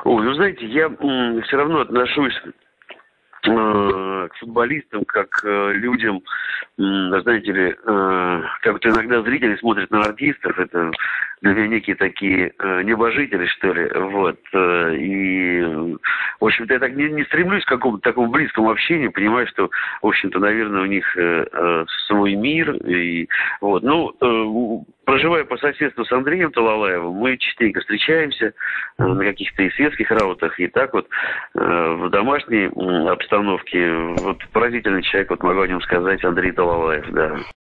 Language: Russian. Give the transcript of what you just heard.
Ой, ну знаете, я все равно отношусь к футболистам, как к людям, знаете ли, как вот иногда зрители смотрят на артистов, это для меня некие такие небожители, что ли, вот, и, в общем-то, я так не стремлюсь к какому-то такому близкому общению, понимаю, что, в общем-то, наверное, у них свой мир, и, вот, ну, проживая по соседству с Андреем Талалаевым, мы частенько встречаемся на каких-то и светских раутах, и так вот в домашней обстановке. Вот поразительный человек, вот могу о нем сказать, Андрей Талалаев, да.